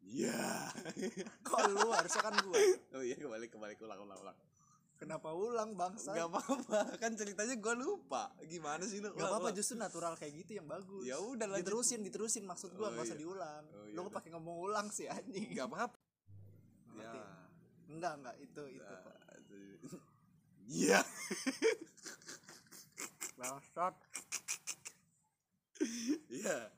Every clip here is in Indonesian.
Iya. Kok lu, harusnya kan gua. Oh iya, kembali ulang. Kenapa ulang bangsa? Gak apa-apa, kan ceritanya gue lupa. Gimana sih lu? Gak apa-apa, justru natural kayak gitu yang bagus. Ya udah lanjut. Diterusin maksud gua, Oh, gak usah iya. diulang. Oh, iya, Lu kok pakai ngomong ulang sih anjing. Gak apa-apa. Ya. Ya. Enggak itu kok. Iya. Bangsat. Iya.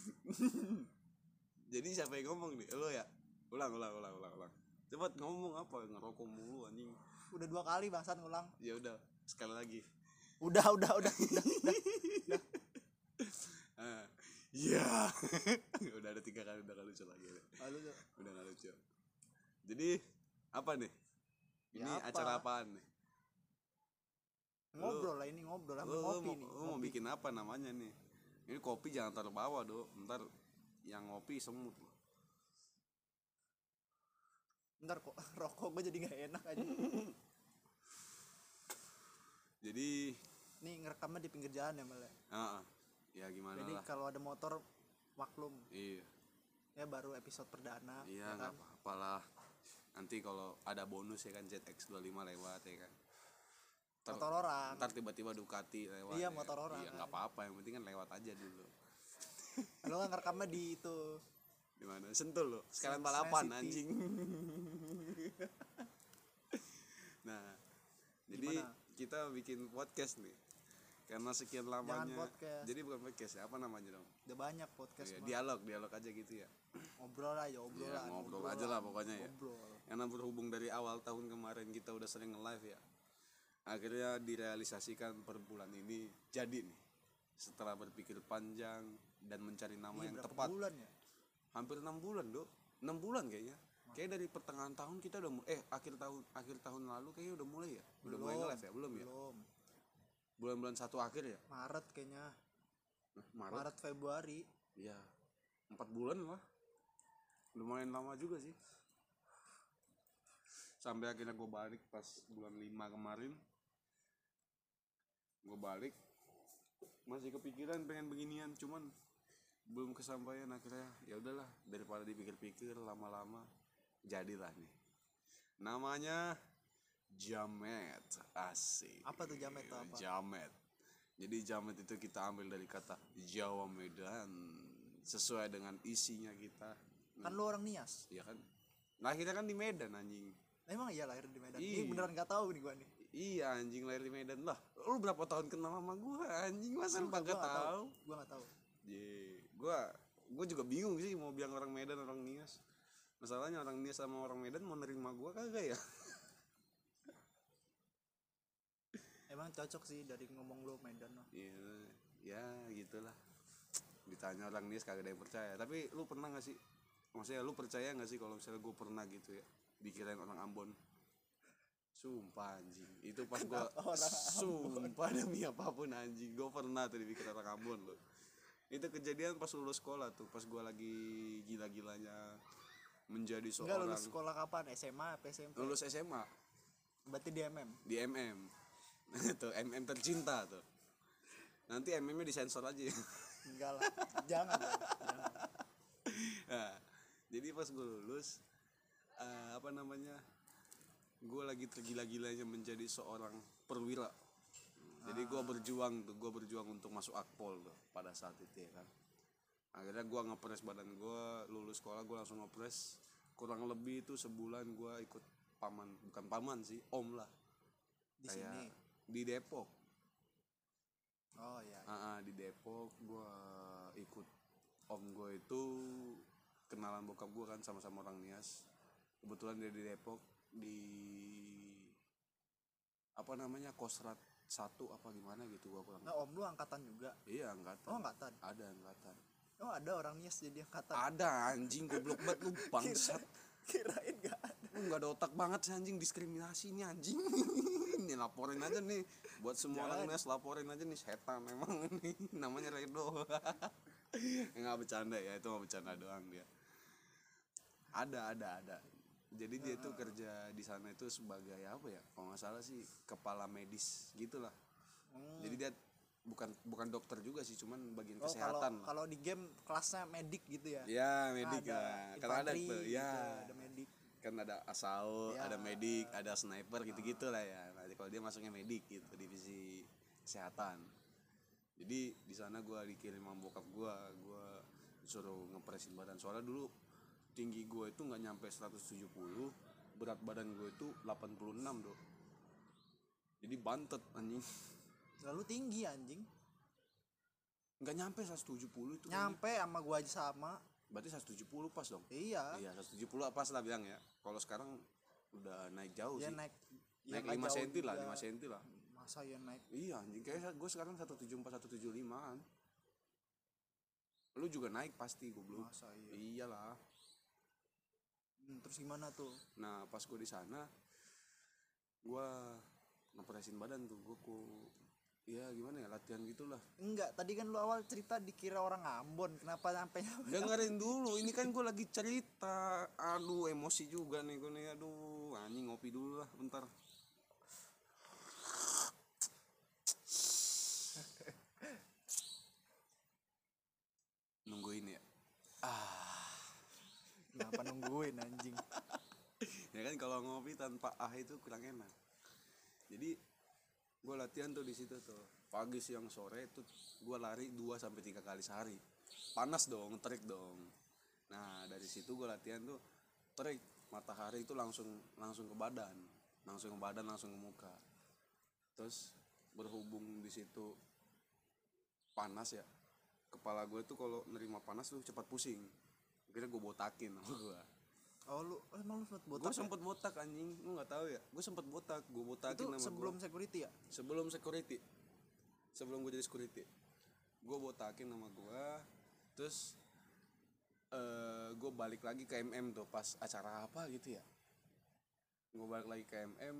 Jadi siapa yang ngomong nih? Lu ya? Ulang. Cepat ngomong apa? Ngerokok mulu anjing. Udah 2 kali bangsat ngulang. Ya udah, sekali lagi. Udah. Iya. Udah ada 3 kali, udah gak lucu lagi. Udah gak lucu. Jadi apa nih? Ini Ya, apa? acara apaan nih? Ngobrol lah, ini ngobrol lah, ngopi nih. Lu mau bikin apa namanya nih? Ini kopi jangan taruh bawah, Do. Ntar yang ngopi semut. Ntar kok rokok gue jadi gak enak aja. Jadi Nih ngerekamnya di pinggir jalan ya malah. ya gimana Jadi lah. kalau ada motor maklum. Iya. Ya baru episode perdana. Iya, nggak apa-apa lah. Nanti kalau ada bonus ya kan ZX25 lewat ya kan. Motor orang. Ntar tiba-tiba Ducati lewat. Iya, ya. motor orang. Iya, nggak apa-apa, yang penting kan lewat aja dulu. Lo kan ngerekamnya di itu. Di mana? Sentul lo. Sekalian balapan City. anjing. Nah, jadi Gimana? kita bikin podcast nih. Karena sekian lamanya. Jangan podcast. Jadi bukan podcast ya, apa namanya dong? Udah banyak podcast. Iya, mah. dialog aja gitu ya. Ngobrol aja, Iya, ngobrol aja lah pokoknya ya. Ngobrol. Karena berhubung dari awal tahun kemarin kita udah sering nge-live ya. Akhirnya direalisasikan per bulan ini jadi nih. Setelah berpikir panjang dan mencari nama yang berapa tepat. bulan ya? Hampir 6 bulan, Do. 6 bulan kayaknya. Kayak dari pertengahan tahun kita udah akhir tahun lalu kayaknya udah mulai ya. Udah mulai nge-live ya, belum ya? Belum. Bulan-bulan 1 akhir ya? Maret kayaknya. Nah, Maret Februari. Iya. 4 bulan lah. Lumayan lama juga sih. Sampai akhirnya gue balik pas bulan 5 kemarin. Gue balik masih kepikiran pengen beginian, cuman belum kesampaian. Akhirnya ya udahlah, daripada dipikir-pikir lama-lama jadilah nih. Namanya Jamet. Asik. Apa tuh Jamet tuh apa? Jamet. Jadi Jamet itu kita ambil dari kata Jawa Medan, sesuai dengan isinya kita. Kan lu orang Nias. Iya kan. Lahirnya kan di Medan anjing. Emang iya lahir di Medan. Iya. Ini beneran gak tahu nih gua nih. Iya anjing, lahir di Medan lah. Lu berapa tahun kenal sama gua anjing, masa lu kagak tahu? Gua gak tahu. Gua juga bingung sih mau bilang orang Medan orang Nias. Masalahnya orang Nias sama orang Medan mau nerima gua kagak ya? Emang cocok sih dari ngomong lu Medan loh. Iya, ya gitulah. Ditanya orang Nias kagak ada yang percaya. Tapi lu pernah gak sih? Maksudnya lu percaya gak sih kalau misalnya gua pernah gitu ya dikirain orang Ambon? Sumpah anjing, itu pas gua sumpah demi apapun anjing, gua pernah tuh dipikir orang Ambon loh. Itu kejadian pas lulus sekolah tuh, pas gua lagi gila-gilanya menjadi Enggak, seorang. lulus sekolah kapan? SMA apa SMP? Lulus SMA Berarti di MM. di MM. Tuh MM tercinta tuh. Nanti MM-nya disensor aja. Enggak lah. Jangan. Nah, jadi pas gua lulus gue lagi tergila-gilanya menjadi seorang perwira. Jadi gue berjuang untuk masuk Akpol tuh pada saat itu ya kan. Akhirnya gue ngepres badan gue, lulus sekolah gue langsung ngepres. Kurang lebih itu sebulan gue ikut bukan paman sih, om lah. Di Kayak sini. di Depok. Oh iya. Di Depok gue ikut om gue itu kenalan bokap gue kan, sama-sama orang Nias. Kebetulan dia di Depok di Kosrat 1 apa gimana gitu, gua kurang. Nah, om lu angkatan juga? Iya, angkatan. Oh, angkatan. Ada angkatan. Oh, ada orang Nias jadi angkatan. Ada anjing, goblok banget lu bangsat. Kirain gak ada. Lu enggak ada otak banget sih anjing, diskriminasi nih anjing. Ini laporin aja nih buat semua orang Nias, laporin aja nih, setan memang nih. Namanya Redo. Enggak bercanda ya, itu mah bercanda doang dia. Ada. Jadi dia tuh kerja di sana itu sebagai apa ya? Kalau nggak salah sih kepala medis gitulah. Jadi dia bukan dokter juga sih, cuman bagian Oh, kalau kesehatan lah. kalau di game kelasnya medik gitu ya. Ya medik Ada lah, karena ada infanteri tuh gitu, ya, ada medik. kan ada asal, Ya. ada medik, ada sniper gitu-gitu lah ya. Nah, kalau dia masuknya medik gitu, divisi kesehatan. Jadi di sana gue dikirim sama bokap gue disuruh ngepresin badan, soalnya dulu tinggi gue itu nggak nyampe 170, berat badan gue itu 86 doh. Jadi bantet anjing. Lalu tinggi anjing. Nggak nyampe 170 itu. Nyampe sama gua aja sama. Berarti 170 pas dong. Iya. Iya 170 pas lah bilang ya. Kalau sekarang udah naik jauh Dia sih. naik Naik nggak 5 jauh cm lah, juga. 5 cm lah. Masa ya naik? Iya anjing, kayak gue sekarang 174 175an. Lu juga naik pasti goblok. Masa iya. Iyalah. Terus gimana tuh? Nah, pas gue di sana gue ngepresin badan tuh, ya gimana ya, latihan gitulah. Enggak, tadi kan lu awal cerita dikira orang Ambon. Kenapa sampai Dengerin dulu, ini kan gue lagi cerita. Aduh, emosi juga nih gue nih. Aduh, anjing, ngopi dulu lah bentar. Nungguin ya. Kenapa nungguin anjing? Ya kan kalau ngopi tanpa itu kurang enak. Jadi gue latihan tuh di situ tuh. Pagi, siang, sore tuh gue lari 2 sampai 3 kali sehari. Panas dong, terik dong. Nah, dari situ gue latihan tuh terik, matahari itu langsung ke badan, langsung ke muka. Terus berhubung di situ panas ya, kepala gue tuh kalau nerima panas tuh cepat pusing. Akhirnya gue botakin sama gue. Oh, emang lu sempet botak? Gue sempet botak anjing, lu nggak tahu ya? Gue sempet botak, gue botakin Itu sama sebelum gua. security ya? Sebelum gue jadi security, gue botakin sama gue. Terus gue balik lagi ke MM tuh pas acara apa gitu ya. Gue balik lagi ke MM.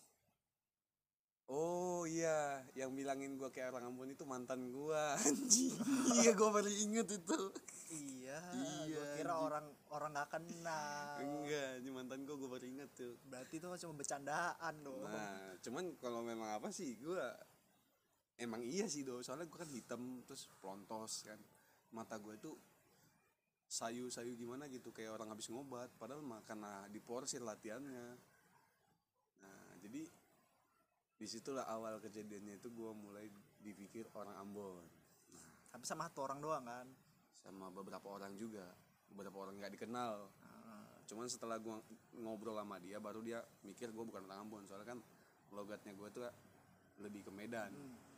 Oh iya, yang bilangin gue kayak orang Ambon itu mantan gue anjing. Iya, gue baru inget itu. Iya. Iya, Gua kira anjing. orang nggak kenal. Enggak, ini mantan gue baru inget tuh. Berarti itu cuma bercandaan dong. Nah, cuman kalau memang apa sih, gue emang iya sih do, soalnya gue kan hitam terus pelontos kan, mata gue itu sayu gimana gitu, kayak orang habis ngobat, padahal mah karena diporsir latihannya. Nah, jadi disitulah awal kejadiannya itu gue mulai dipikir orang Ambon. Nah, Tapi sama satu orang doang kan? sama beberapa orang nggak dikenal. Cuman setelah gue ngobrol sama dia, baru dia mikir gue bukan orang Ambon, soalnya kan logatnya gue tuh lebih ke Medan.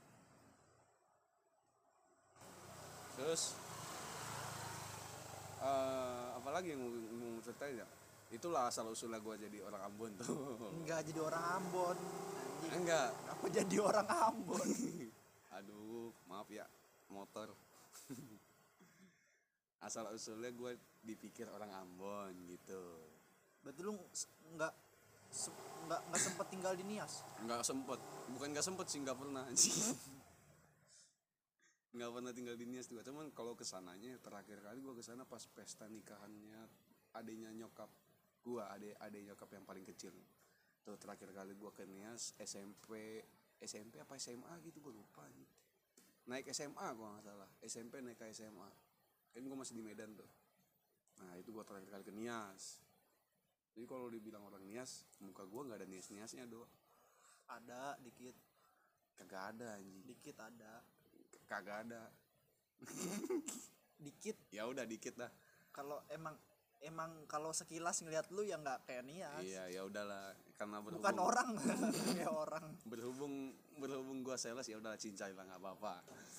Terus apalagi yang mau ceritain ya, itulah asal usulnya gue jadi orang Ambon tuh. Enggak jadi orang Ambon. Anjing. Enggak. Apa jadi orang Ambon? Aduh, maaf ya motor. Asal usulnya gue dipikir orang Ambon gitu. Berarti lu enggak enggak sempet tinggal di Nias? Nggak sempet sih, nggak pernah sih. Nggak pernah tinggal di Nias juga. Cuman kalau kesananya terakhir kali gue kesana pas pesta nikahannya adiknya nyokap gue, adik nyokap yang paling kecil. Tuh terakhir kali gue ke Nias SMP apa SMA gitu, gue lupa nih. Naik SMA gue nggak salah, SMP naik ke SMA. Kan gue masih di Medan tuh. Nah itu gue terakhir kali ke Nias. Jadi kalau dibilang orang Nias, muka gue nggak ada niasnya do. Ada dikit. Kagak ada anjing. Dikit ada. Kagak ada. Dikit. Ya udah dikit dah. Kalau emang kalau sekilas ngelihat lu ya nggak kayak Nias. Iya ya udahlah, karena berhubung Bukan orang. Kayak orang. berhubung gua sales, ya udahlah, cincai lah, nggak apa-apa.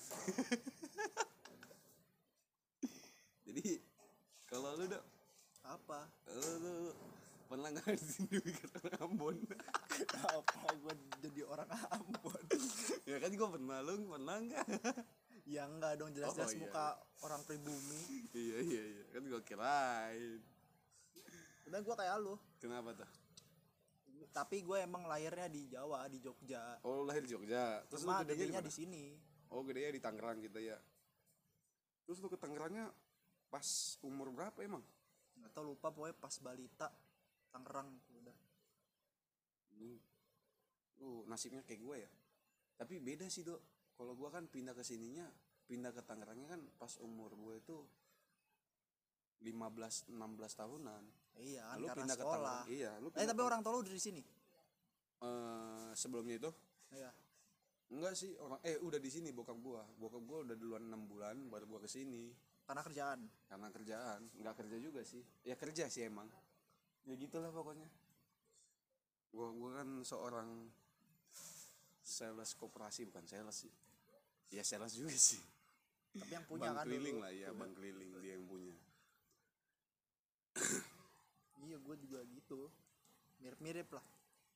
Jadi kalau lu dok, Apa? lu pernah nggak dipikir orang Ambon? Kenapa gue jadi orang Ambon? Ya kan gua pernah, lu pernah nggak? Ya enggak dong, jelas-jelas Oh, iya. muka orang pribumi. Iya kan gua kirain. Udah gue kayak lu. Kenapa tuh? Tapi gue emang lahirnya di Jawa, di Jogja. Oh, lahir di Jogja. Terus Cuma lu gedenya gedenya di di sini. Oh, gedenya di Tangerang gitu ya. Terus lu ke Tangerangnya pas umur berapa emang? Nggak tau, lupa, pokoknya pas balita Tangerang udah. Nasibnya kayak gue ya. Tapi beda sih dok. Kalau gua kan pindah ke sininya, pindah ke Tangerangnya kan pas umur gua itu 15-16 tahunan. Iya kan Lu karena pindah ke sekolah. Tangerang. Iya, lu pindah Tapi orang tua lu dari sini. sebelumnya itu Iya. enggak sih orang udah di sini bokap gua udah duluan 6 bulan baru gua ke sini Karena kerjaan. karena kerjaan. Nggak kerja juga sih, ya kerja sih emang, ya gitulah pokoknya. Gua kan seorang sales koperasi, bukan sales sih, ya sales juga sih, Tapi yang punya bang kan keliling dulu. lah ya, bang keliling dia yang punya. Iya, gue juga gitu. Mirip-mirip lah.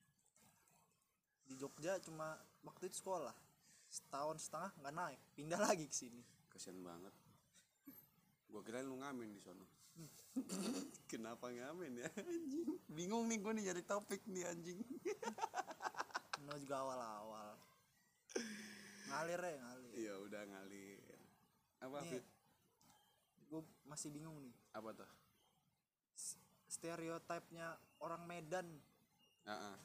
Di Jogja cuma waktu itu sekolah. Setahun setengah nggak naik, pindah lagi ke sini. Kasian banget, gua kirain lu ngamen di sono. Kenapa ngamen ya anjing, bingung nih gua nih nyari topik nih anjing. Nah, juga awal-awal. Ngalir ya, ngalir. Iya udah ngalir. Apa Nih, Fit? gue masih bingung nih. Apa tuh? Stereotipnya orang Medan, Ah,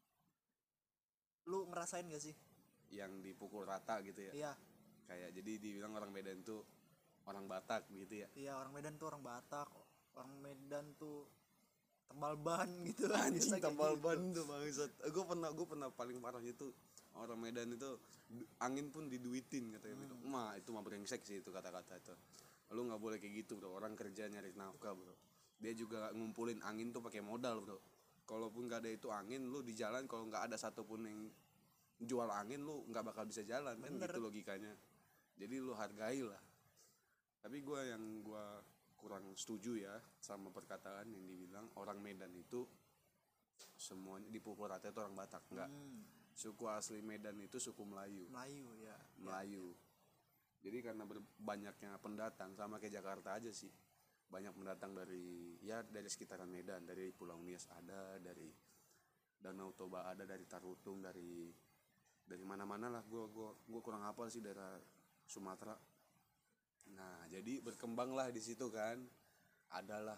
lu ngerasain gak sih? yang dipukul rata gitu ya. Iya, Kayak jadi dibilang orang Medan tuh orang Batak gitu ya. iya, orang Medan tuh orang Batak, orang Medan tuh tebal ban gitu. Anjing Biasa kayak tambal gitu. ban tuh bangsat. Gue pernah paling parah itu orang Medan itu angin pun diduitin katanya gitu. Itu mah brengsek sih itu kata-kata itu. Lu nggak boleh kayak gitu bro. Orang kerja nyari nafkah bro. Dia juga ngumpulin angin tuh pakai modal bro. Kalaupun nggak ada itu angin, lu di jalan kalau nggak ada satupun yang jual angin, lu nggak bakal bisa jalan. Kan Bener. gitu logikanya. Jadi lu hargai lah. Tapi gue kurang setuju ya sama perkataan yang dibilang orang Medan itu semuanya dipukul rata itu orang Batak. Enggak, suku asli Medan itu suku Melayu. Melayu ya. Melayu. Jadi karena banyaknya pendatang, sama kayak Jakarta aja sih, banyak pendatang dari sekitaran Medan, dari Pulau Nias ada, dari Danau Toba ada, dari Tarutung, dari mana-mana lah. Gue kurang hafal sih, daerah Sumatera. Nah jadi berkembanglah di situ kan, adalah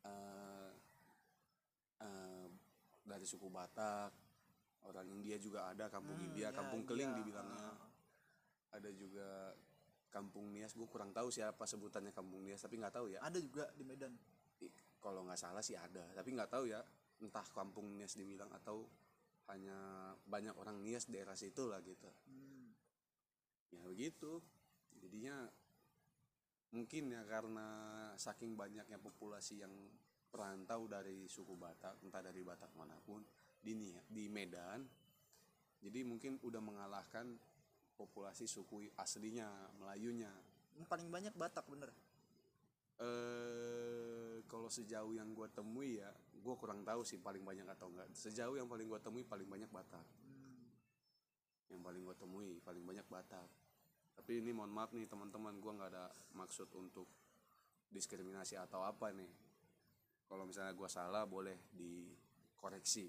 dari suku Batak, orang India juga ada, kampung India, Ya, kampung Keling iya. dibilangnya. Ada juga kampung Nias, gue kurang tahu siapa sebutannya kampung Nias, tapi nggak tahu ya. Ada juga di Medan. Kalau nggak salah sih ada, tapi nggak tahu ya, entah kampung Nias dibilang atau hanya banyak orang Nias daerah situ lah gitu. Ya begitu, jadinya mungkin ya karena saking banyaknya populasi yang perantau dari suku Batak, entah dari Batak manapun di Medan, jadi mungkin udah mengalahkan populasi suku aslinya, Melayunya. Yang paling banyak Batak bener. Kalau sejauh yang gue temui ya, gue kurang tahu sih paling banyak atau enggak. Sejauh yang paling gue temui paling banyak Batak. Yang paling gue temui paling banyak Batak. Tapi ini mohon maaf nih teman-teman, gue nggak ada maksud untuk diskriminasi atau apa nih. Kalau misalnya gue salah boleh dikoreksi.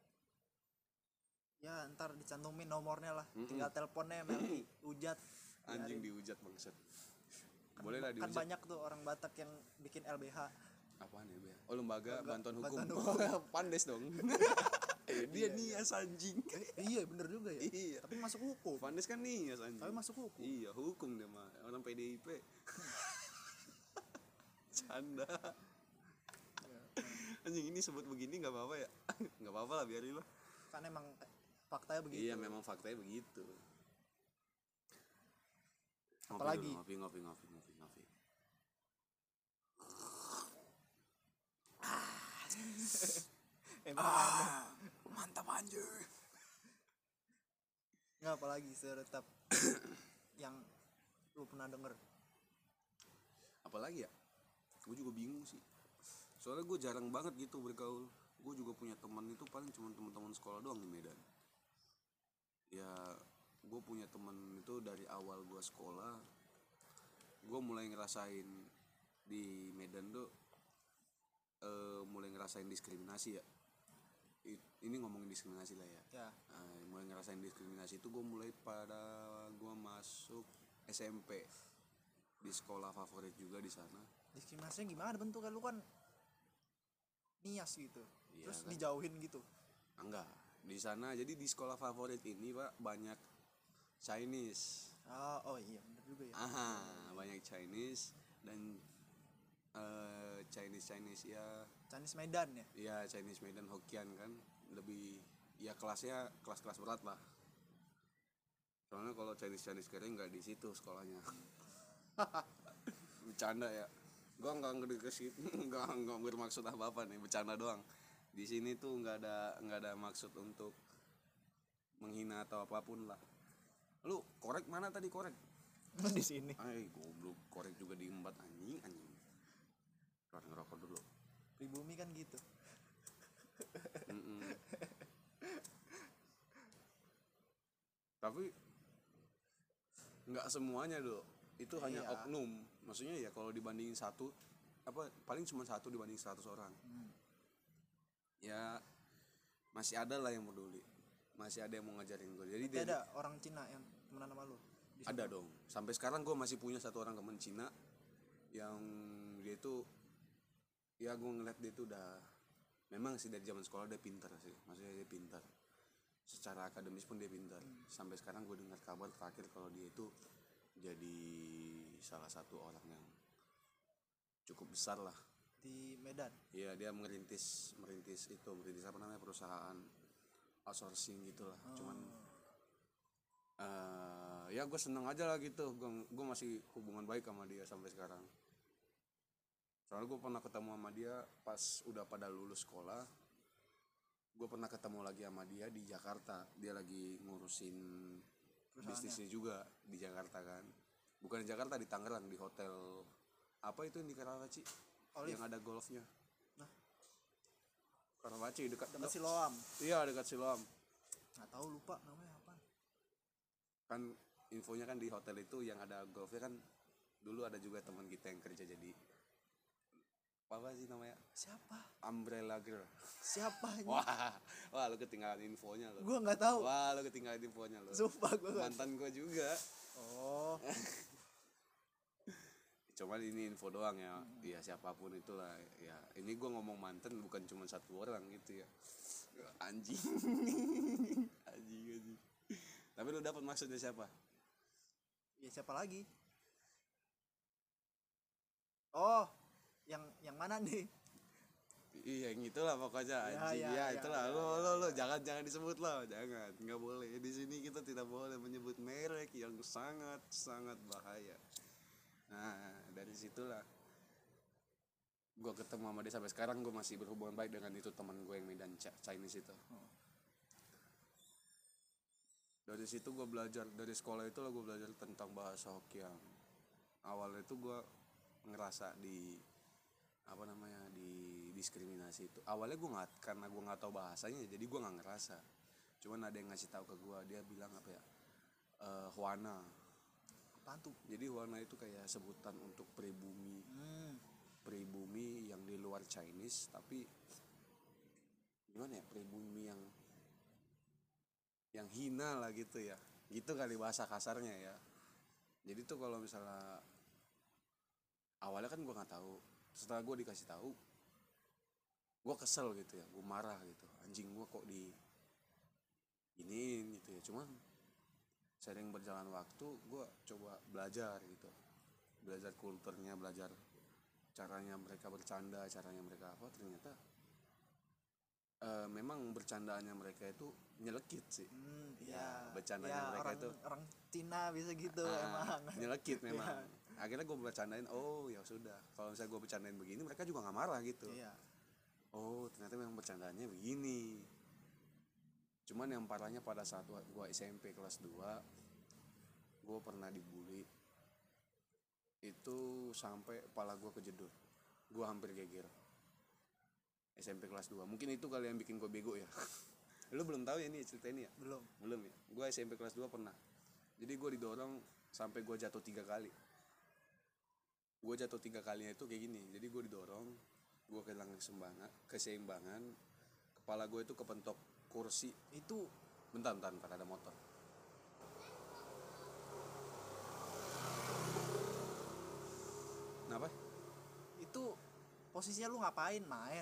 Ya ntar dicantumin nomornya lah. Tinggal teleponnya Melki Ujat. Anjing dihujat bangsat. Boleh lah Kan dihujat. banyak tuh orang Batak yang bikin LBH. Apaan ya, Bea? Oh, lembaga bantuan hukum. Bantuan hukum. Pandes dong. Dia nias anjing. Iya bener juga ya. Iya. Tapi masuk hukum. Pandes kan nias anjing. Tapi masuk hukum. Iya, hukum dia mah. Orang PDIP. Canda. Anjing ini sebut begini nggak apa-apa ya? Nggak apa-apa lah, biarin lah. Kan emang faktanya begitu. Iya, memang faktanya begitu. Apalagi? Ngopi. Emang ada. Mantap anjir. Nggak, apalagi stereotip yang lu pernah denger. Apalagi ya? Gue juga bingung sih. Soalnya gue jarang banget gitu bergaul. Gue juga punya teman itu paling cuma teman-teman sekolah doang di Medan. Ya, gue punya teman itu dari awal gue sekolah. Gue mulai ngerasain di Medan tuh mulai ngerasain diskriminasi ya. Ini ngomongin diskriminasi lah ya. Ya. Mulai ngerasain diskriminasi itu gue mulai pada gue masuk SMP, di sekolah favorit juga di sana. Diskriminasinya gimana bentuknya? Lu kan nias gitu. Iya, Terus kan? dijauhin gitu. Enggak, di sana jadi di sekolah favorit ini Pak banyak Chinese. Oh iya bener juga ya. Banyak Chinese dan Chinese ya. Chinese Medan ya. Ya Chinese Medan Hokkien kan, lebih ya kelasnya kelas-kelas berat lah. Soalnya kalau Chinese kering nggak di situ sekolahnya. Bercanda ya, gua nggak ngedekesin, nggak bermaksud apa nih, bercanda doang. Di sini tuh nggak ada maksud untuk menghina atau apapun lah. Lu korek mana tadi korek? Di sini. Goblok, korek juga diembat anjing. Keluar ngerokok dulu. Pribumi kan gitu. Tapi nggak semuanya dulu. Itu hanya Iya. oknum. Maksudnya ya kalau dibandingin satu, apa paling cuma satu dibanding 100 orang. Ya masih ada lah yang peduli. Masih ada yang mau ngajarin gue. Jadi Tapi ada orang Cina yang temenan sama lu di ada sana? dong. Sampai sekarang gue masih punya satu orang teman Cina yang dia itu, ya gue ngeliat dia itu udah, memang sih dari zaman sekolah dia pintar sih, maksudnya dia pintar secara akademis pun dia pintar. Sampai sekarang gue dengar kabar terakhir kalau dia itu jadi salah satu orang yang cukup besar lah Di Medan. Iya, dia merintis apa namanya, perusahaan outsourcing gitulah. Cuman ya gue seneng aja lah gitu. Gue masih hubungan baik sama dia sampai sekarang. Soalnya gue pernah ketemu sama dia pas udah pada lulus sekolah. Gue pernah ketemu lagi sama dia di Jakarta. Dia lagi ngurusin bisnisnya juga di Jakarta kan. Bukan di Jakarta, di Tangerang, di hotel apa itu yang di Karawaci, yang ada golfnya. Nah, Karawaci dekat Siloam. Iya, dekat Siloam. Nggak tahu, lupa namanya apa. Kan infonya kan di hotel itu yang ada golfnya kan, dulu ada juga teman kita yang kerja jadi apa sih namanya, Siapa? umbrella girl. Siapa ini? Wah lu ketinggalan infonya lo. Gua nggak tahu. Wah lu ketinggalan infonya lo. Sumpah gua nggak Mantan gue juga. Oh. Cuman ini info doang ya. Ya siapapun itulah ya. Ini gue ngomong mantan bukan cuma satu orang gitu ya. Anjing. anjing. Tapi lu dapat maksudnya siapa? Ya siapa lagi? Oh, yang mana nih? Iya, yang itulah pokoknya anjing. Ya, itulah. Lo jangan disebut lo, jangan. Nggak boleh. Di sini kita tidak boleh menyebut merek yang sangat bahaya. Nah, dari situlah gue ketemu sama dia. Sampai sekarang gue masih berhubungan baik dengan itu teman gue yang Medan Chinese itu. Dari situ gue belajar, dari sekolah itu lah gue belajar tentang bahasa Hokkien. Awalnya itu gue ngerasa di apa namanya, di diskriminasi itu. Awalnya gue nggak, karena gue nggak tahu bahasanya, jadi gue nggak ngerasa. Cuman ada yang ngasih tahu ke gue, dia bilang apa ya, Hwana. Apaan tuh? Jadi Hwana itu kayak sebutan untuk pribumi, pribumi yang di luar Chinese, tapi gimana ya, pribumi yang hina lah gitu ya, gitu kali bahasa kasarnya ya. Jadi tuh kalau misalnya awalnya kan gue nggak tahu, setelah gue dikasih tahu, gue kesel gitu ya, gue marah gitu, anjing gue kok di iniin gitu ya. Cuman sering berjalan waktu, gue coba belajar gitu, belajar kulturnya, belajar caranya mereka bercanda, caranya mereka apa. Ternyata memang bercandaannya mereka itu nyelekit sih. Ya, bercandanya mereka itu orang Cina bisa gitu emang. nyelekit memang. Akhirnya gue bercandain, oh ya sudah, kalau misalnya gue bercandain begini mereka juga nggak marah gitu. Oh ternyata memang bercandaannya begini. Cuman yang parahnya pada saat gue SMP kelas 2, gue pernah dibully. Itu sampai kepala gue kejedot, gue hampir geger. SMP kelas 2, mungkin itu kali yang bikin gue bego ya. Lu belum tahu ya ini cerita ini ya? Belum ya. Gue SMP kelas 2 pernah. Jadi gue didorong sampai gue jatuh 3 kali. Gue jatuh 3 kalinya itu kayak gini. Jadi gue didorong, gue kehilangan keseimbangan, kepala gue itu kepentok kursi. Itu bentar ada motor. Kenapa? Itu posisinya lu ngapain?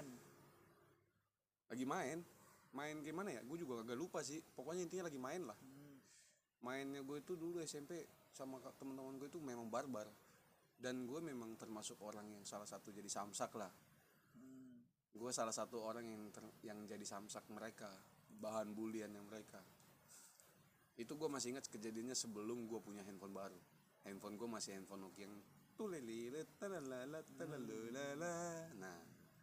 Lagi main gimana ya, gue juga agak lupa sih. Pokoknya intinya lagi main lah. Mainnya gue itu dulu SMP sama teman-teman gue itu memang barbar, dan gue memang termasuk orang yang salah satu jadi samsak lah. Gue salah satu orang yang jadi samsak mereka, bahan bulian yang mereka. Itu gue masih ingat kejadiannya sebelum gue punya handphone baru. Handphone gue masih handphone Nokia yang tulelilet talalala talalala. Nah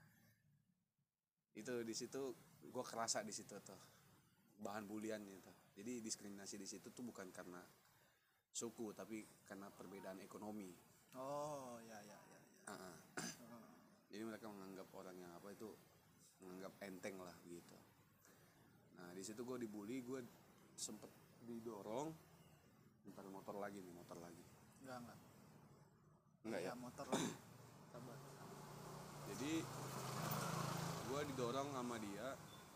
itu di situ gue kerasa di situ tuh bahan buliannya tuh. Jadi diskriminasi di situ tuh bukan karena suku tapi karena perbedaan ekonomi. Oh ya ya ya, ya. Jadi mereka menganggap orang yang apa itu menganggap enteng lah gitu. Nah di situ gue dibully, gue sempet didorong. Bentar, motor lagi. Enggak ya. Motor lagi. Sabar. Jadi gue didorong sama dia,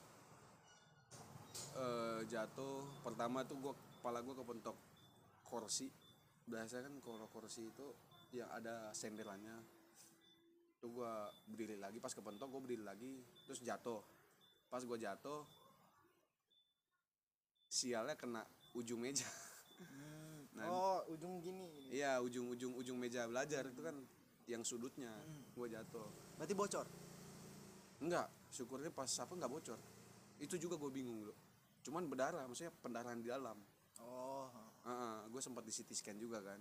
jatuh. Pertama tuh kepala gue kepentok kursi. Biasanya kan kalau kursi itu yang ada senderannya. Tuh gue berdiri lagi, pas kepentok gue berdiri lagi, terus jatuh. Pas gue jatuh, sialnya kena ujung meja. Nah, ujung gini. Iya, ujung meja belajar itu kan yang sudutnya. Gue jatuh. Berarti bocor. Enggak, syukurnya pas apa enggak bocor. Itu juga gue bingung dulu. Cuman berdarah, maksudnya pendarahan di dalam. Oh. Gue sempat di CT scan juga kan.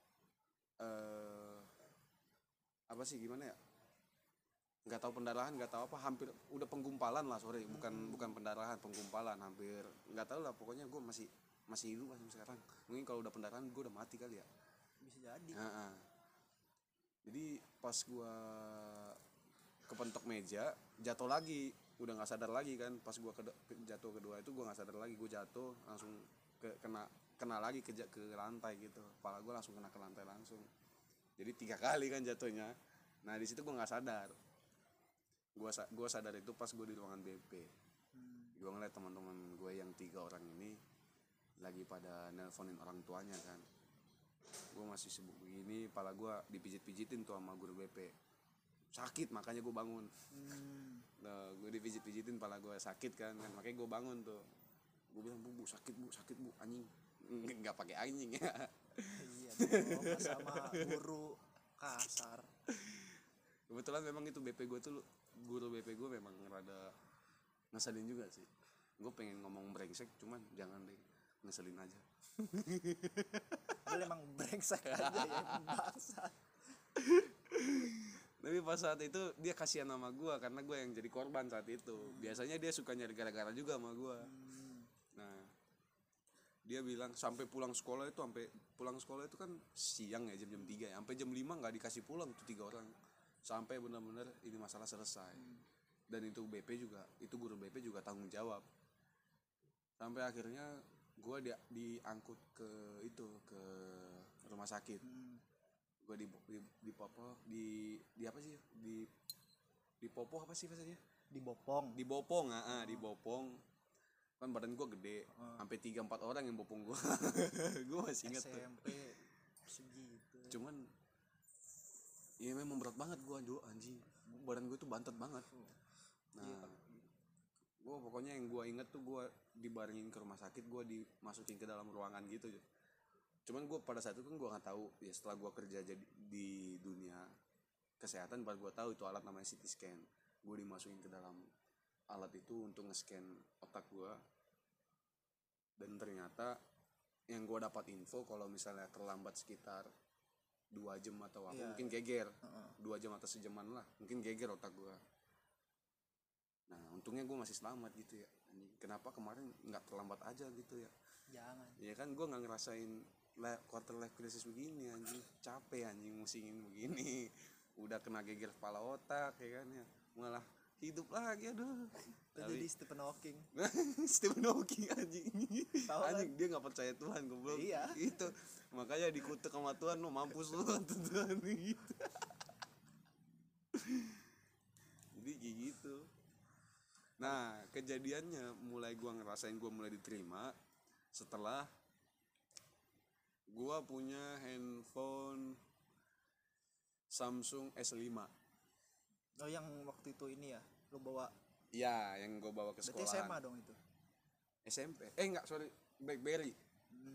Apa sih gimana ya? Nggak tahu pendarahan, nggak tahu apa, hampir udah penggumpalan lah, bukan pendarahan, penggumpalan hampir. Nggak tahu lah, pokoknya gue masih hidup sampai sekarang. Mungkin kalau udah pendarahan gue udah mati kali ya. Bisa jadi. Jadi pas gue kepentok meja, jatuh lagi, udah nggak sadar lagi kan. Pas gue jatuh kedua itu gue nggak sadar lagi, gue jatuh langsung kena lagi ke lantai gitu. Kepala gue langsung kena ke lantai langsung. Jadi 3 kali kan jatuhnya. Nah di situ gue nggak sadar. Gue sadar itu pas gue di ruangan BP. Gue ngeliat teman-teman gue yang 3 orang ini lagi pada nelponin orang tuanya kan. Gue masih sibuk begini, kepala gue dipijit-pijitin tuh sama guru BP. Sakit, makanya gue bangun. Nah, gue dipijit-pijitin, kepala gue sakit kan, makanya gue bangun tuh. Gue bilang, bu sakit bu, anjing. Nggak pakai anjing ya. Iya dong, sama guru kasar. Kebetulan memang itu BP gue tuh, guru BP gue memang rada ngeselin juga sih. Gue pengen ngomong brengsek, cuman jangan deh, ngeselin aja. Dia emang brengsek aja ya, bangsat. Tapi pas saat itu dia kasihan sama gue karena gue yang jadi korban saat itu. Biasanya dia suka nyari gara-gara juga sama gue. Nah, dia bilang sampai pulang sekolah itu kan siang ya, jam 3 ya, sampai jam 5 nggak dikasih pulang tuh 3 orang sampai benar-benar ini masalah selesai. Dan itu guru BP juga tanggung jawab. Sampai akhirnya gue diangkut ke rumah sakit. Gue di popo apa sih, di popo apa sih bahasanya, Dibopong. dibopong kan. Badan gue gede, sampai 3-4 orang yang bopong gue. Gue masih ingat SMP tuh. segitu. Cuman ya memang berat banget gue anjing, badan gue tuh bantet banget. Nah gue pokoknya yang gue inget tuh gue dibarengin ke rumah sakit, gue dimasukin ke dalam ruangan gitu. Cuman gue pada saat itu kan gue nggak tahu ya, setelah gue kerja jadi di dunia kesehatan baru gue tahu itu alat namanya CT scan. Gue dimasukin ke dalam alat itu untuk nge-scan otak gue, dan ternyata yang gue dapat info kalau misalnya terlambat sekitar 2 jam atau apa, mungkin geger. 2 jam atau sejaman lah, mungkin geger otak gue. Nah untungnya gue masih selamat gitu ya. Kenapa kemarin nggak terlambat aja gitu ya? Jangan. Ya kan gue nggak ngerasain quarter life crisis begini anjing, capek anjing musingin begini. Udah kena geger kepala otak ya kan ya, malah hidup lagi, aduh. Jadi Stephen Hawking. Stephen Hawking anjing. Tahu Anjing kan? dia nggak percaya Tuhan goblok. Iya. Itu makanya dikutuk sama Tuhan, lo mampus lo Tuhan gitu. Jadi kayak gitu. Nah kejadiannya mulai gue ngerasain gue mulai diterima setelah gue punya handphone Samsung S5. Oh yang waktu itu ini ya, lo bawa. Iya, yang gue bawa ke Berarti sekolahan. SMA dong itu. SMP. Enggak, sorry, BlackBerry.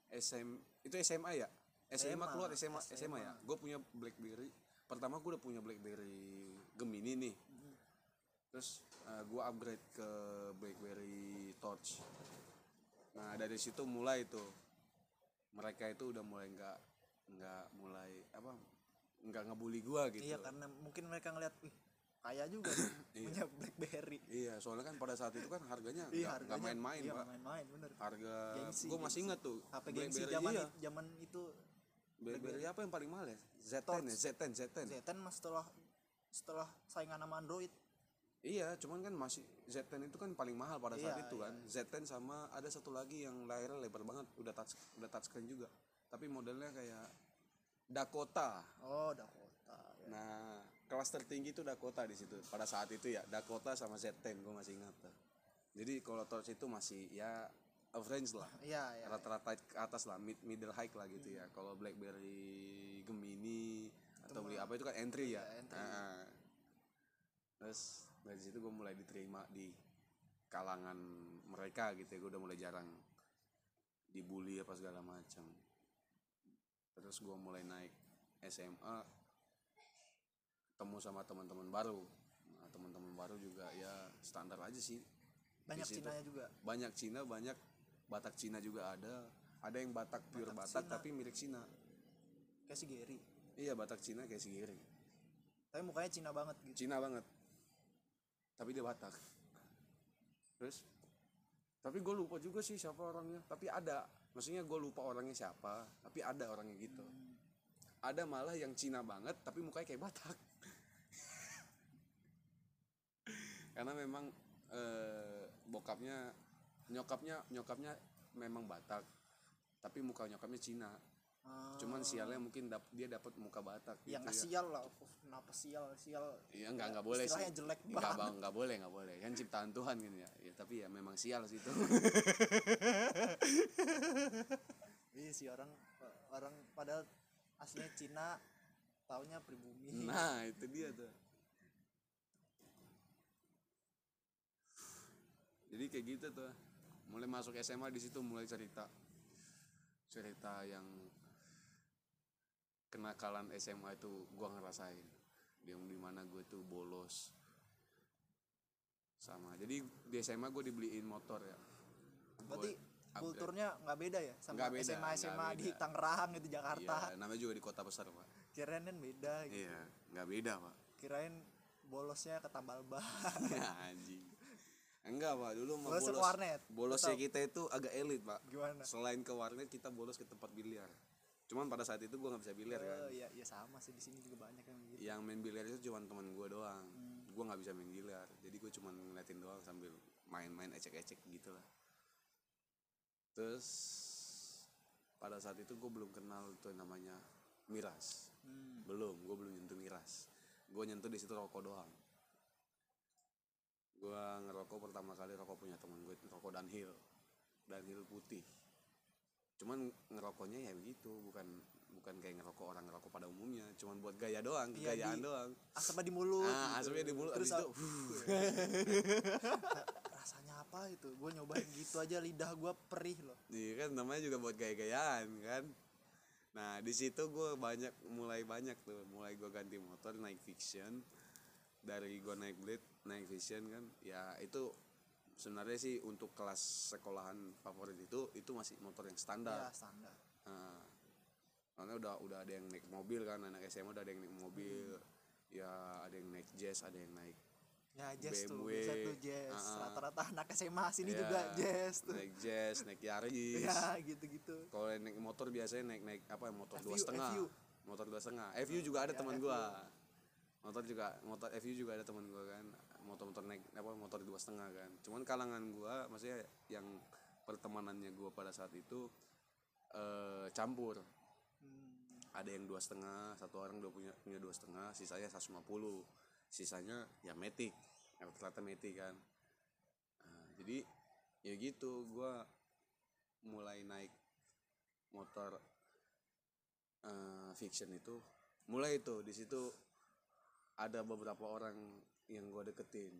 itu SMA ya, SMA keluar SMA SMA. SMA ya. Gue punya BlackBerry. Pertama gue udah punya BlackBerry Gemini nih. Terus gue upgrade ke BlackBerry Torch. Nah dari situ mulai tuh mereka itu udah mulai nggak mulai apa, nggak ngebully gue gitu. Iya, karena mungkin mereka ngeliat, wih kaya juga nih, punya BlackBerry. Iya, soalnya kan pada saat itu kan harganya Iya, nggak main-main, iya, Pak. nggak main-main, bener. Harga Gengsi, gue masih ingat tuh HP gengsi BlackBerry, zaman iya. zaman itu. BlackBerry apa yang paling mahal ya? Z10 Torch. ya, Z10. Z10 mas setelah saingan sama Android. Iya, cuman kan masih Z10 itu kan paling mahal pada saat Iya, itu kan. Z10 sama ada satu lagi yang layarnya lebar banget, udah touchscreen juga. Tapi modelnya kayak Dakota. Oh, Dakota. Ya. Nah, kelas tertinggi itu Dakota di situ. Pada saat itu ya, Dakota sama Z10 gue masih ingat tuh. Jadi kalau Torch itu masih ya average lah. Iya, iya. Rata-rata ke atas lah, middle high lah gitu ya. Kalau BlackBerry Gemini atau beli apa itu kan entry ya. Iya, entry. Nah, terus dari situ gue mulai diterima di kalangan mereka gitu ya. Gue udah mulai jarang dibully apa segala macam. Terus gue mulai naik SMA, ketemu sama teman-teman baru. Nah, teman-teman baru juga ya standar aja sih. Banyak Di situ Cinanya juga. banyak Cina, banyak Batak Cina juga ada yang Batak pure Batak Cina. tapi milik Cina. Kayak si Gary. Iya, Batak Cina kayak si Giri, Tapi mukanya Cina banget gitu. Cina banget tapi dia Batak. Terus tapi gue lupa juga sih siapa orangnya, tapi ada, maksudnya gue lupa orangnya siapa tapi ada orangnya gitu. Ada malah yang Cina banget tapi mukanya kayak Batak. Karena memang nyokapnya memang Batak tapi muka nyokapnya Cina. Cuman sialnya mungkin dia dapat muka Batak gitu Ya nggak ya. sial lah. Kenapa sial? Iya, nggak boleh sih. Istilahnya jelek Nggak banget. nggak boleh kan ciptaan Tuhan kan ya. Ya tapi ya memang sial sih itu. Iya sih, orang padahal aslinya Cina, taunya pribumi. Nah itu dia tuh. Jadi kayak gitu tuh. Mulai masuk SMA di situ mulai cerita yang kenakalan SMA itu gua ngerasain. Yang dimana gue tuh bolos sama. Jadi di SMA gue dibeliin motor ya. Berarti kulturnya nggak beda ya sama Nggak beda, SMA nggak di beda. Tangerang gitu, Jakarta. Iya, namanya juga di kota besar, Pak. Kirain kan beda gitu. Iya, nggak beda, Pak. Kirain bolosnya ke tambal ban. Ya anjing. Enggak, Pak. Dulu mah Bolos ke warnet. bolosnya kita itu agak elit, Pak. Gimana? Selain ke warnet, kita bolos ke tempat biliar. Cuman pada saat itu gue nggak bisa biliar kan. Oh iya, iya sama sih, di sini juga banyak yang gitu. Yang main biliar itu cuma teman gue doang. Gue nggak bisa main biliar, jadi gue cuma ngeliatin doang sambil main-main ecek-ecek gitulah. Terus pada saat itu gue belum kenal tuh namanya miras. Gue belum nyentuh miras. Gue nyentuh di situ rokok doang. Gue ngerokok pertama kali rokok punya teman gue, rokok Dunhill putih. Cuman ngerokoknya ya begitu, bukan kayak ngerokok orang ngerokok pada umumnya, cuman buat gaya doang, Iya, gayaan doang. Asapnya di mulut. Asapnya di mulut. Terus Abis itu rasanya apa itu? Gue nyobain gitu aja, lidah gue perih loh. iya kan namanya juga buat gaya-gayaan kan. Nah di situ gue mulai gue ganti motor, naik Vision. Dari gue naik Blade, naik Vision kan, ya itu sebenarnya sih untuk kelas sekolahan favorit itu masih motor yang standar. Iya, standar. Nah, karena udah ada yang naik mobil kan, anak SMA udah ada yang naik mobil, ya ada yang naik Jazz, ada yang naik Ya Jazz tuh, BMW. biasa tuh Jazz. Rata-rata anak SMA sini juga Jazz tuh. Naik Jazz, naik Yaris. Ya gitu-gitu. Kalau naik motor biasanya naik apa? Motor FU. 2,5. Motor 2,5. FU juga ada Ya, teman FU. gua. Motor FU juga ada teman gua kan. Motor naik apa? Motor 2,5 kan. Cuman kalangan gua, maksudnya yang pertemanannya gua pada saat itu campur. Ada yang 2,5, satu orang udah punya 2,5, sisanya 150. Sisanya ya Matic, rata-rata Matic kan. Nah, jadi ya gitu, gue mulai naik motor Vision itu, mulai itu di situ ada beberapa orang yang gue deketin,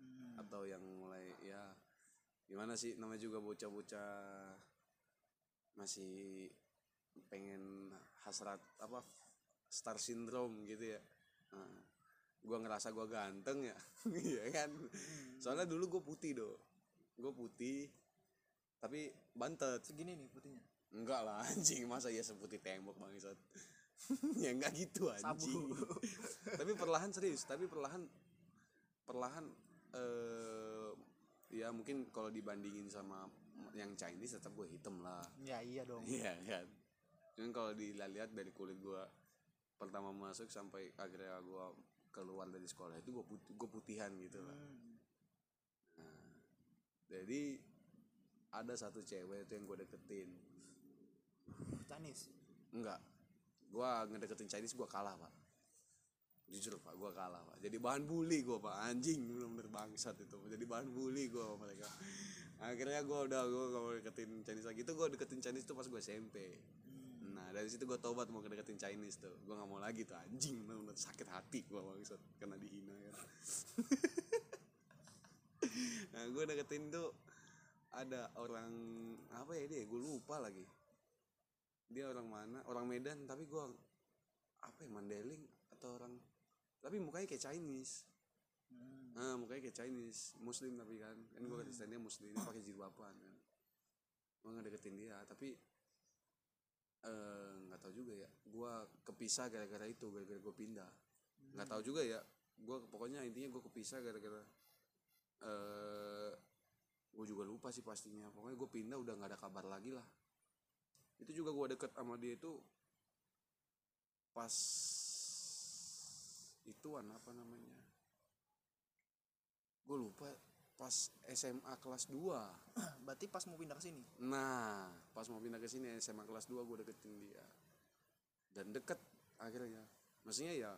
atau yang mulai ya gimana sih, namanya juga bocah-bocah masih pengen hasrat apa star syndrome gitu ya. Nah, gue ngerasa gue ganteng ya. Iya kan, soalnya dulu gue putih gue putih tapi bantet. Segini nih putihnya. Enggak lah anjing, masa ya seputih tembok bangsat. Ya enggak gitu anjing. Sabu. Tapi perlahan serius, tapi perlahan perlahan ya mungkin kalau dibandingin sama yang Chinese tetap gue hitam lah. Ya iya dong. Iya kan. Cuman kalau dilihat dari kulit gue pertama masuk sampai akhirnya gue keluar dari sekolah itu gue putihan gitu lah. Jadi ada satu cewek itu yang gue deketin. Chinese. Enggak, gue ngedeketin Chinese gue kalah pak. Jujur pak, gue kalah pak. Jadi bahan bully gue pak, anjing bener-bener bangsat itu. Jadi bahan bully gue sama mereka. Akhirnya gue gak mau deketin Chinese lagi. Itu gue deketin Chinese tuh pas gue SMP. Nah dari situ gue tobat mau deketin Chinese tuh. Gue gak mau lagi tuh anjing, bener-bener sakit hati gue bangsat karena dihina kan. Nah gue deketin tuh ada orang apa ya dia, gue lupa lagi. Dia orang mana, orang Medan tapi gue apa ya, Mandailing atau orang, tapi mukanya kayak Chinese. Mukanya kayak Chinese, Muslim tapi kan gue Kristennya Muslim, dia pakai jilbaban kan. Gue ngedeketin dia tapi nggak tahu juga ya, gue kepisah gara-gara itu, gara-gara gue pindah. Nggak tahu juga ya, gue pokoknya intinya gue kepisah gara-gara gue juga lupa sih pastinya. Pokoknya gue pindah udah nggak ada kabar lagi lah. Itu juga gue deket sama dia itu pas ituan apa namanya, gue lupa, pas SMA kelas 2. Berarti pas mau pindah ke sini. Nah pas mau pindah ke sini SMA kelas 2 gue deketin dia dan deket akhirnya. Maksudnya ya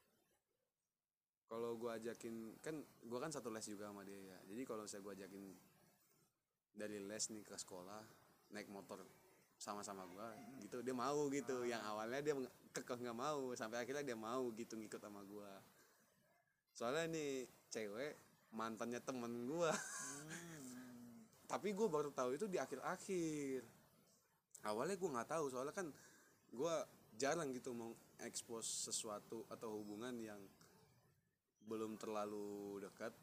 kalau gue ajakin, kan gue kan satu les juga sama dia ya, jadi kalau saya gue ajakin dari les nih ke sekolah naik motor sama-sama gue gitu, dia mau gitu. Yang awalnya dia kekeh nggak mau, sampai akhirnya dia mau gitu ngikut sama gue. Soalnya nih cewek mantannya temen gue. Tapi gue baru tahu itu di akhir-akhir. Awalnya gue nggak tahu, soalnya kan gue jarang gitu mau expose sesuatu atau hubungan yang belum terlalu dekat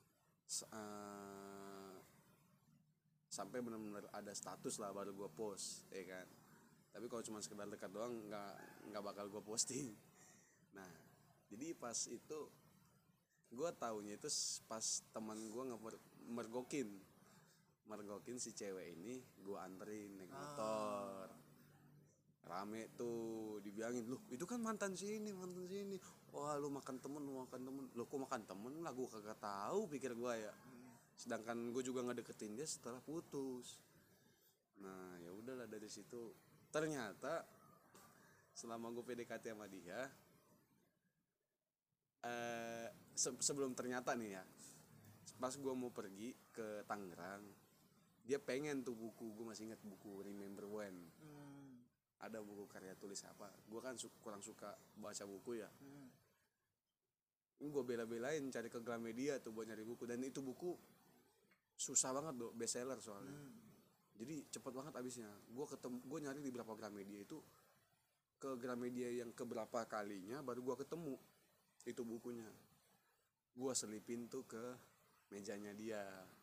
sampai benar-benar ada status lah baru gue post ya kan. Tapi kalau cuma sekedar dekat doang nggak bakal gue posting. Nah jadi pas itu gue taunya itu pas teman gue mergokin si cewek ini, gue anterin naik motor. Rame tuh dibilangin, loh itu kan mantan sini. Wah lu makan temen. Loh kok makan temen lah, gue kagak tahu pikir gue ya. Sedangkan gue juga ngedeketin dia setelah putus. Nah ya udahlah, dari situ ternyata selama gue PDKT sama dia, sebelum ternyata nih ya, pas gue mau pergi ke Tangerang, dia pengen tuh buku, gue masih ingat buku Remember When. Ada buku karya tulis apa, gue kan kurang suka baca buku ya. Gue bela-belain cari ke Gramedia tuh buat nyari buku, dan itu buku susah banget loh, bestseller soalnya. Jadi cepet banget abisnya. Gue nyari di berapa Gramedia itu, ke Gramedia yang keberapa kalinya baru gue ketemu itu bukunya. Gue selipin tuh ke mejanya dia.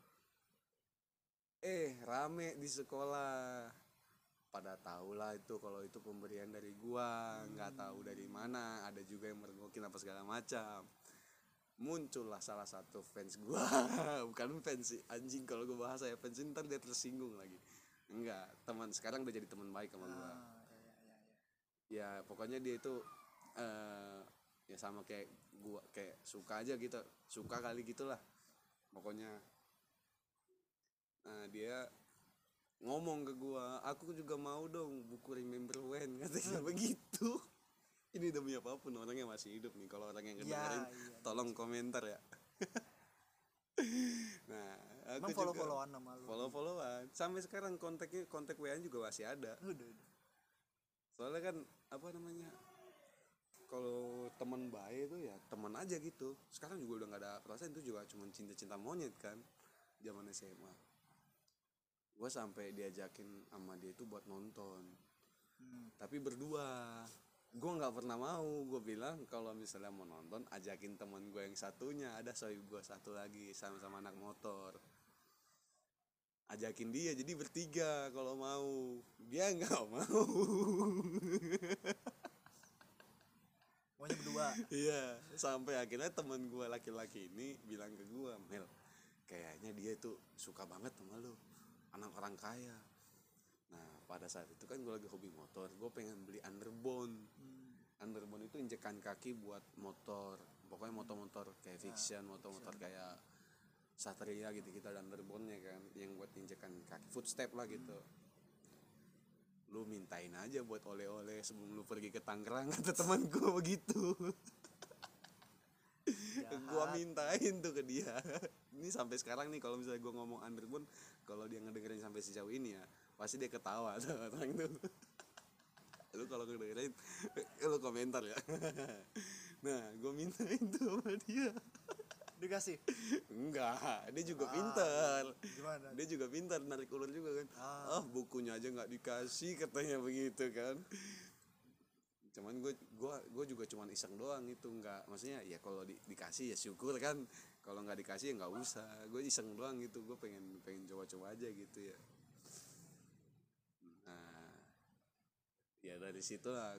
Rame di sekolah. Pada tahu lah itu kalau itu pemberian dari gua, nggak tahu dari mana. Ada juga yang mergokin apa segala macam. Muncullah salah satu fans gua. Bukan fans sih anjing, kalau gua bahasa ya fans ntar dia tersinggung lagi. Enggak, teman, sekarang udah jadi teman baik sama gua. Ya pokoknya dia itu ya sama kayak gua, kayak suka aja gitu, suka kali gitulah pokoknya. Nah dia ngomong ke gua, aku juga mau dong buku Remember When, katanya begitu. Ini demi apapun orangnya masih hidup nih, kalau orang yang ngedengerin tolong komentar ya. Nah aku Emang follow-followan sama lu? Follow-followan sampai sekarang, kontak WA juga masih ada. Soalnya kan apa namanya, kalau teman baik itu ya teman aja gitu. Sekarang juga udah nggak ada perasaan, itu juga cuma cinta monyet kan zaman SMA. gue sampai diajakin sama dia itu buat nonton, Hmm. tapi berdua. Gue nggak pernah mau. Gue bilang kalau misalnya mau nonton ajakin teman gue yang satunya, ada sohib gue satu lagi sama-sama anak motor, ajakin dia jadi bertiga kalau mau. Dia nggak mau. Pokoknya berdua. Iya, sampai akhirnya teman gue laki-laki ini bilang ke gue, Mel, kayaknya dia tuh suka banget sama lo, anak orang kaya. Nah pada saat itu kan gue lagi hobi motor, gue pengen beli underbone. Underbone itu injekan kaki buat motor, pokoknya motor-motor kayak Fiction, motor-motor kayak Satria gitu, kita ada underbone-nya kan, yang buat injekan kaki, footstep lah gitu. Lu mintain aja buat oleh-oleh sebelum lu pergi ke Tangerang, kata teman gue begitu. Gua mintain tuh ke dia. Ini sampai sekarang nih kalau misalnya gua ngomong underbone, kalau dia ngedengerin sampai sejauh ini ya pasti dia ketawa tuh orang itu. Lu kalau ngedengerin lu komentar ya. Nah gua mintain tuh sama dia. Dikasih. Enggak, dia juga pintar. Gimana? Dia juga pintar narik ulur juga kan. Bukunya aja nggak dikasih katanya begitu kan. Cuman gue juga cuman iseng doang itu, nggak, maksudnya ya kalau dikasih ya syukur kan, kalau nggak dikasih ya nggak usah. Gue iseng doang gitu, gue pengen coba-coba aja gitu ya. Nah ya dari situ lah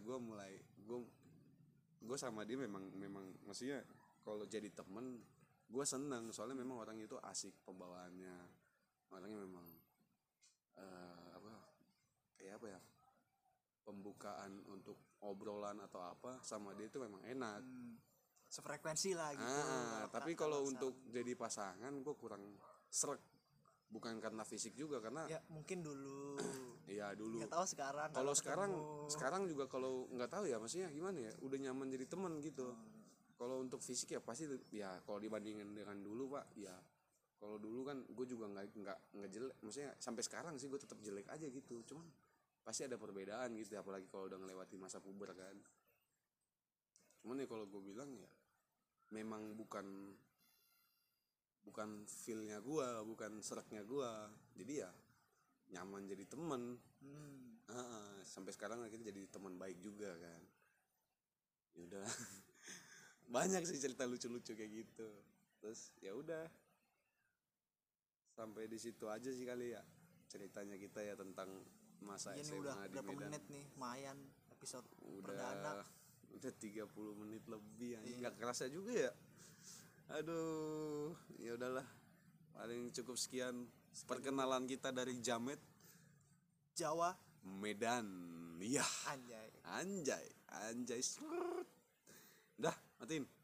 gue sama dia memang maksudnya kalau jadi temen gue seneng, soalnya memang orang itu asik pembawaannya, orangnya memang apa kayak apa ya, pembukaan untuk obrolan atau apa sama dia itu memang enak. Sefrekuensi lah gitu. Tapi kalau untuk jadi pasangan gue kurang srek, bukan karena fisik juga, karena ya mungkin dulu. iya dulu. Nggak tahu sekarang. Kalau sekarang juga kalau nggak tahu ya, maksudnya gimana ya, udah nyaman jadi teman gitu. Kalau untuk fisik ya pasti ya, kalau dibandingin dengan dulu pak ya, kalau dulu kan gue juga nggak jelek, maksudnya sampai sekarang sih gue tetap jelek aja gitu, cuman pasti ada perbedaan gitu, apalagi kalau udah ngelewati masa puber kan. Cuman ya kalau gue bilang ya memang bukan feel-nya gue, bukan seraknya gue, jadi ya nyaman jadi teman. Sampai sekarang kita jadi teman baik juga kan. Ya udah. Banyak sih cerita lucu-lucu kayak gitu. Terus ya udah, sampai di situ aja sih kali ya ceritanya kita ya tentang masa Ini SMA udah di berapa Medan. menit nih, lumayan episode Udah perdana. 30 menit lebih, nggak kerasa juga ya. Aduh, ya udahlah, paling cukup sekian perkenalan kita dari Jamet Jawa Medan. Iya, anjay. anjay. Udah, matiin.